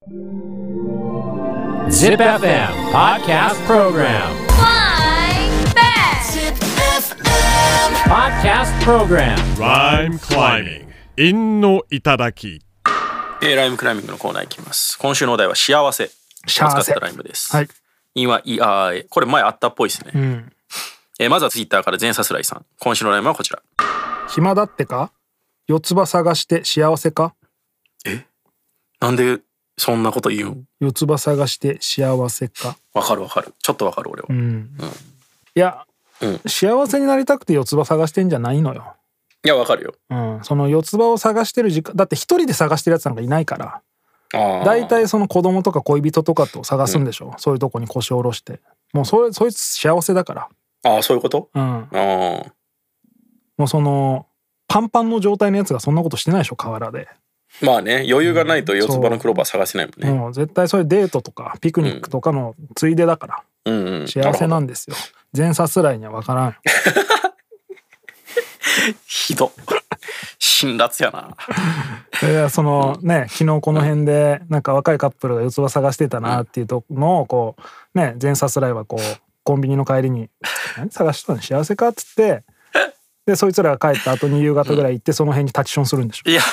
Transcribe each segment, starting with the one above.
Zip FM Podcast Program Flying Back Podcast Program Rhyme climbing 陰の頂き。 ライムクライミングのコーナーいきます。今週のお題は幸せを使ったライムです。 はい。 これ前あったっぽいですね。まずはツイッターから全さすらいさん。今週のライムはこちら。 暇だってか？四つ葉探して幸せか？ なんでそんなこと言うん？ 四つ葉探して幸せか？ わかる。ちょっとわかる俺は。 いや、幸せになりたくて四つ葉探してんじゃないのよ。 いやわかるよ。 その四つ葉を探してる時間だって一人で探してるやつなんかいないから。だいたいその子供とか恋人とかと探すんでしょ、そういうとこに腰を下ろして。もうそいつ幸せだから。 そういうこと？ もうそのパンパンの状態のやつがそんなことしてないでしょ、河原で。 まあね、余裕がないと四つ葉のクローバー探せないもんね。 もう絶対それデートとかピクニックとかのついでだから、幸せなんですよ。全さすらいには分からんよ。 ひど辛辣やな。 そのね、昨日この辺でなんか若いカップルが四つ葉探してたなっていうのをこうね、全さすらいはこうコンビニの帰りに何探してたの幸せかっつって、でそいつらが帰った後に夕方ぐらい行ってその辺にタッチションするんでしょ。 いや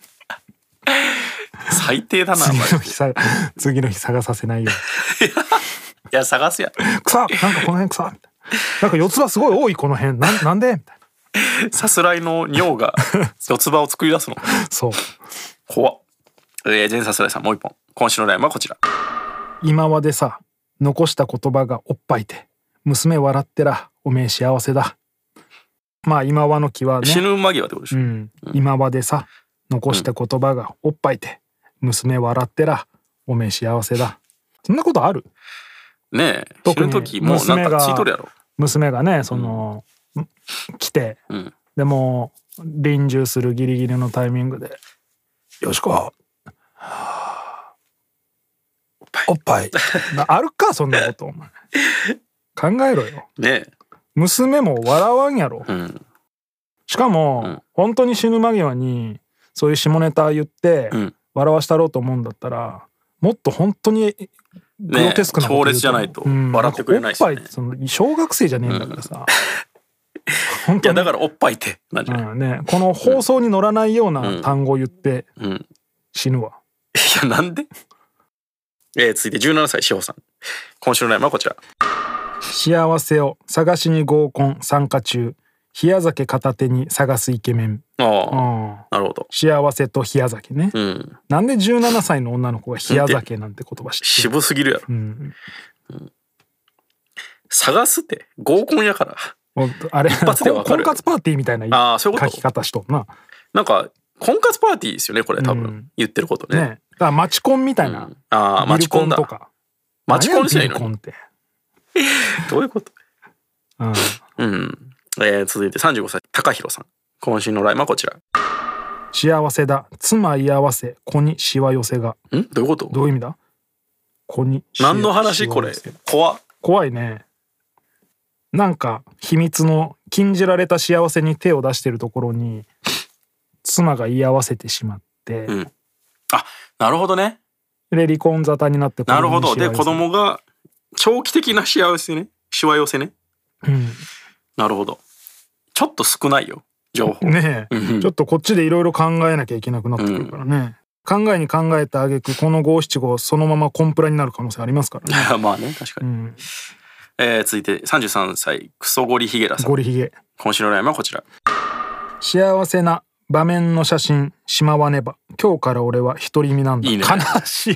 最低だな。 次の日探させないように。 いや探すや草なんかこの辺草みたいな、なんか四つ葉すごい多いこの辺なんでみたいな。 さすらいの尿が四つ葉を作り出すの。 そう怖っ。全さすらいさんもう一本。今週のラインはこちら。 今までさ残した言葉がおっぱいて娘笑ってらおめえ幸せだ。まあ今はの木はね、 死ぬ間際ってことでしょ。 今までさ残した言葉がおっぱいて娘笑ってらおめえ幸せだ。そんなことある？ ねえ、死ぬ時もうなんかついとるやろ。 娘がねその、来て、でも臨終するギリギリのタイミングでよしこおっぱいあるかそんなことお前考えろよ。 ねえ、 娘も笑わんやろ。しかも、本当に死ぬ間際にそういう下ネタ言って、笑わしたろうと思うんだったらもっと本当にグロテスクなこと言うと、 強烈じゃないと笑ってくれないしね。 おっぱいってその小学生じゃねえんだからさ、本当にいやだからおっぱいってなんじゃない、 ね、この放送に乗らないような単語を言って死ぬわ。 いやなんで。続いて17歳志保さん。今週のラインはこちら。 幸せを探しに合コン参加中、冷や酒片手に探すイケメン。 なるほど。 幸せと冷や酒ね、なんで17歳の女の子が冷や酒なんて言葉知ってる？ 渋すぎるやろ。探すって合コンやから。 あれ一発でわかる。 婚活パーティーみたいな書き方しとんな。 なんか婚活パーティーですよねこれ多分、言ってることね。 だからマチコンみたいな。 マチコンだ。 とかマチコンしないの？ ビルコンってどういうこと？続いて35歳高弘さん。今週のラインはこちら。 幸せだ妻居合わせ子にしわ寄せが。 どういうこと？ どういう意味だ？子に何の話これ？ 怖いね。なんか秘密の禁じられた幸せに手を出してるところに妻が居合わせてしまって、 なるほどね。 で離婚沙汰になって、 なるほど。で子供が長期的な幸せね、しわ寄せね。なるほど。ちょっと少ないよ情報ねえ、ちょっとこっちでいろいろ考えなきゃいけなくなってくるからね、考えに考えた挙句この五七五そのままコンプラになる可能性ありますからね。 まあね確かに。続いて33歳クソゴリヒゲラさん。 ゴリヒゲ。今週のラインはこちら。 幸せな場面の写真しまわねば今日から俺は独り身なんだ。 いいね。 悲しい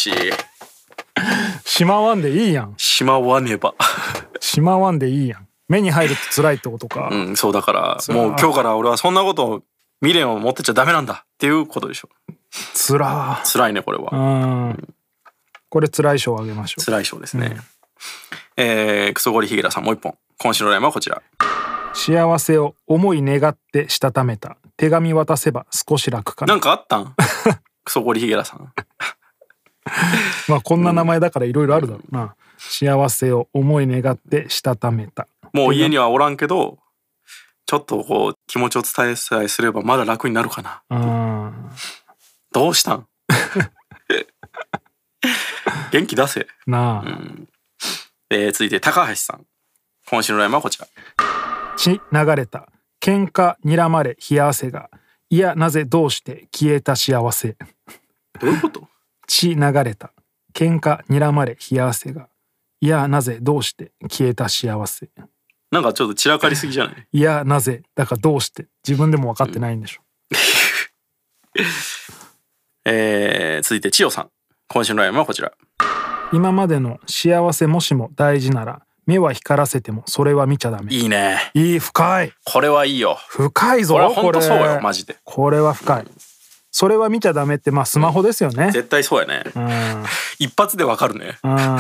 しまわんでいいやん。 しまわねばしまわんでいいやん。目に入ると辛いってことか。 そうだからもう今日から俺はそんなことを未練を持ってちゃダメなんだっていうことでしょ。辛いねこれは。 これ辛い賞をあげましょう。 辛い賞ですね。クソゴリヒゲラさんもう一本。今週のラインはこちら。 幸せを思い願ってしたためた手紙渡せば少し楽かな。 なんかあったん？クソゴリヒゲラさん。 まあこんな名前だからいろいろあるだろうな。幸せを思い願ってしたためた。 もう家にはおらんけどちょっとこう気持ちを伝えさえすればまだ楽になるかな。どうしたん？ 元気出せなあ、 続いて高橋さん、今週のライブはこちら。 血流れた喧嘩睨まれ冷や汗が、いやなぜどうして消えた幸せ。 どういうこと？ 血流れた喧嘩睨まれ冷や汗が、いやなぜどうして消えた幸せ。 なんかちょっと散らかりすぎじゃない？ いやなぜだからどうして自分でも分かってないんでしょ。 続いて千代さん、今週のライブはこちら。 今までの幸せもしも大事なら、目は光らせてもそれは見ちゃダメ。 いいね。 いい、深い。 これはいいよ。 深いぞ。 これは本当そうよ、マジで。 これは深い。それは見ちゃダメって、まあスマホですよね。 絶対そうやね。一発でわかるね。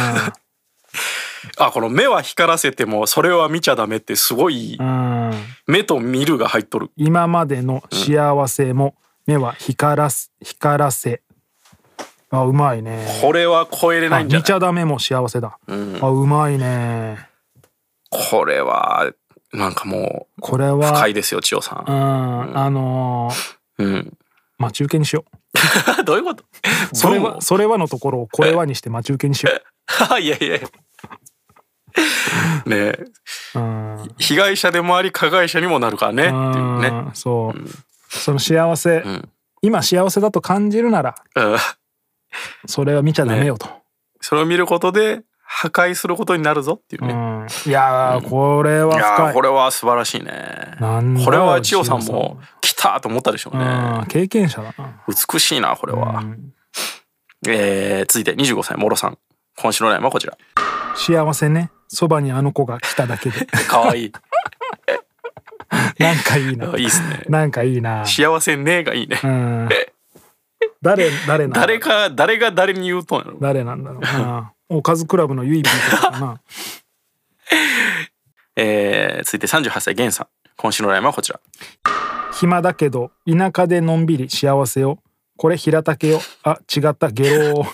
この目は光らせてもそれは見ちゃダメってすごい、目と見るが入っとる。 今までの幸せも目は光らせ。うまいね。 これは超えれないんじゃない？ 見ちゃダメも幸せだ。うまいね。 これはなんかもうこれは深いですよ、千代さん。 待ち受けにしよう。どういうこと？ それはのところをこれはにして待ち受けにしよう。いやいやねえ、被害者でもあり加害者にもなるからねっていうね。 そう、その幸せ、今幸せだと感じるなら、それは見ちゃダメよと、 それを見ることで破壊することになるぞっていうね。 いやー、これは深い。 これは素晴らしいね。これは千代さんも来たと思ったでしょうね。 経験者だな。 美しいなこれは。続いて25歳もろさん、今週のライブはこちら。 幸せね、そばにあの子が来ただけで。 かわいい。 なんかいいな。 いいっすね。 なんかいいな。 幸せねがいいね。 誰なんだ。 誰が誰に言うとんやろ。 誰なんだろうな。おかずクラブのゆいぴーとかかな。 続いて38歳ゲンさん、今週のライブはこちら。 暇だけど田舎でのんびり幸せよ、これ平竹よ、違ったゲロ。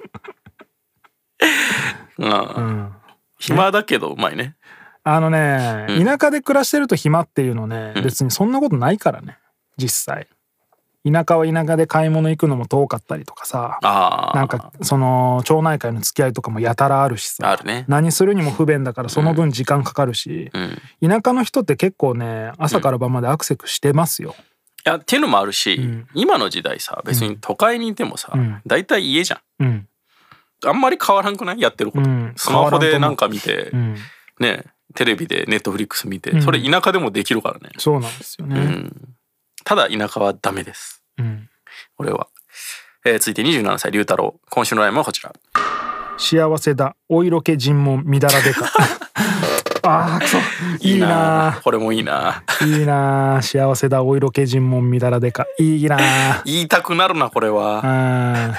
暇だけどうまいね。 田舎で暮らしてると暇っていうのね、別にそんなことないからね。実際田舎は田舎で買い物行くのも遠かったりとかさ、なんかその町内会の付き合いとかもやたらあるしさ、何するにも不便だからその分時間かかるし、田舎の人って結構ね、朝から晩までアクセクしてますよ。 いやっていうのもあるし、今の時代さ、別に都会にいてもさ、大体家じゃん。あんまり変わらんくない？やってること。スマホでなんか見て、ね、テレビでネットフリックス見て、それ田舎でもできるからね。 そうなんですよね。 ただ田舎はダメです。俺は。続いて27歳龍太郎、今週のライブはこちら。 幸せだお色気尋問みだらでか。くそ。いいな。 これもいいな。 いいな。幸せだお色気尋問みだらでか。いいな。 言いたくなるなこれは。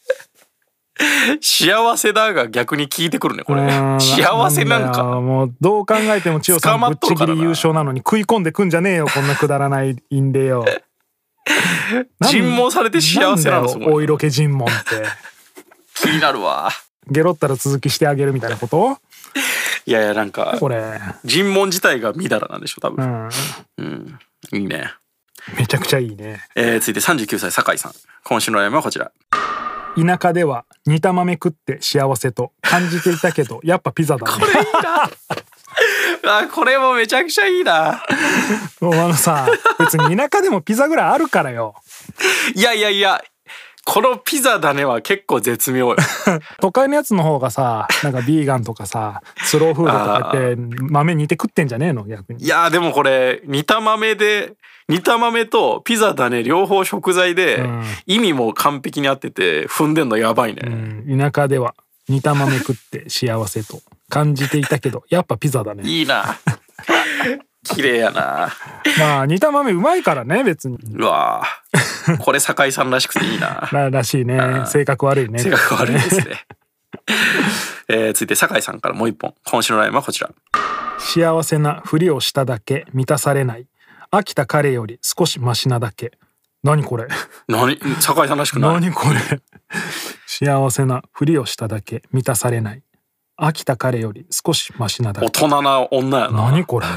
幸せだが逆に効いてくるねこれ。幸せなんかもうどう考えても千代さんぶっちぎり優勝なのに食い込んでくんじゃねえよ、こんなくだらない因でよ。 尋問されて幸せなのすごい。 お色気尋問って気になるわ。 ゲロったら続きしてあげるみたいなこと？ いやいや、なんかこれ尋問自体がみだらなんでしょ多分。いいね。 めちゃくちゃいいね。 続いて39歳酒井さん、今週のライブはこちら。 田舎では煮た豆食って幸せと感じていたけどやっぱピザだね。 これいいな。これもめちゃくちゃいいな。 さ、別に田舎でもピザぐらいあるからよ。 いやこのピザだねは結構絶妙よ。 都会のやつの方がさ、なんかビーガンとかさ、スローフードとかって豆煮て食ってんじゃねえの逆に。 いやでもこれ煮た豆とピザだね両方食材で、意味も完璧に合ってて踏んでんのやばいね。 田舎では煮た豆食って幸せと感じていたけどやっぱピザだね。 いいな。綺麗やな。 まあ煮た豆うまいからね別に。 うわこれ酒井さんらしくていいな。 らしいね。性格悪いね。 性格悪いですね。続いて酒井さんからもう一本、今週のライブはこちら。 幸せなふりをしただけ満たされない、飽きた彼より少しマシなだけ。何これ。 酒井さんらしくない。 何これ。幸せなふりをしただけ満たされない、飽きた彼より少しマシなだけ。 大人な女やな。 何これ。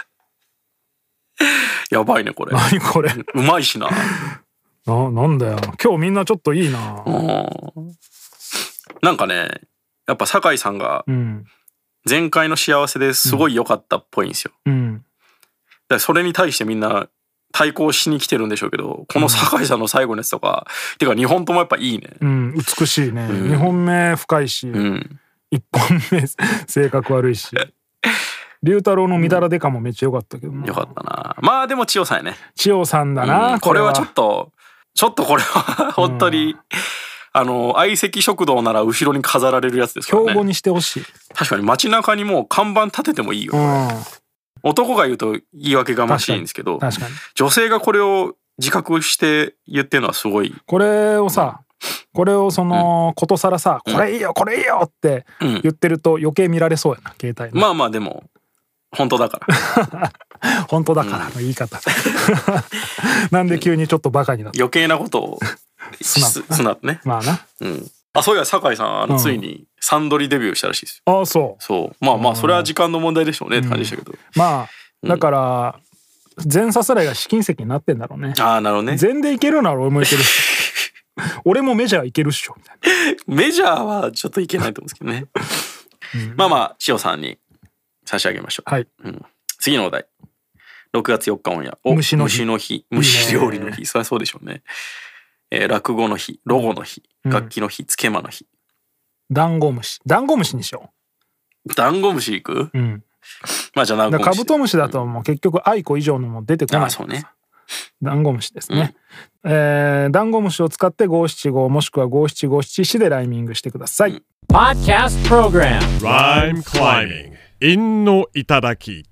やばいねこれ。 何これ。 うまいしな。 なんだよ今日みんなちょっといいな。 なんかねやっぱ酒井さんが前回の幸せですごい良かったっぽいんですよ、だからそれに対してみんな対抗しに来てるんでしょうけど、この酒井さんの最後のやつとか、てか2本ともやっぱいいね、 美しいね、2本目深いし、1本目性格悪いし龍太郎のみだらでかもめっちゃ良かったけどな。 よかったな。まあでも千代さんやね。 千代さんだな、 これはちょっとこれは本当に、相席食堂なら後ろに飾られるやつですからね。 標語にしてほしい。 確かに街中にもう看板立ててもいいよ、男が言うと言い訳がましいんですけど、 確かに女性がこれを自覚して言ってるのはすごい。 これをさ、これをそのことさらさ、これいいよこれいいよって言ってると余計見られそうやな、携帯まあまあでも本当だから本当だからの言い方、なんで急にちょっとバカになった、 余計なことをすなね。 まあな、 あ、そういや酒井さんついにサンドリデビューしたらしいですよ。 あ、 そうまあまあそれは時間の問題でしょうねって感じでしたけど、 まあだから全さすらいが試金石になってんだろうね。 ああなるほどね。 全でいけるなら俺もいけるし俺もメジャーいけるっしょみたいな。メジャーはちょっといけないと思うんですけどね、まあまあ千代さんに差し上げましょう。 はい、 次のお題、6月4日オンエア、 虫の日、虫料理の日、そりゃそうでしょうね。落語の日、ロゴの日、楽器の日、つけまの日。 ダンゴムシにしよう。ダンゴムシいく？まあじゃあダンゴムシ。 カブトムシだともう結局アイコ以上のも出てこない。 あ、そうね。 ダンゴムシですね。ダンゴムシを使って五七五もしくは五七五七四でライミングしてください。 Podcast Program Rhyme Climbing 陰の頂き。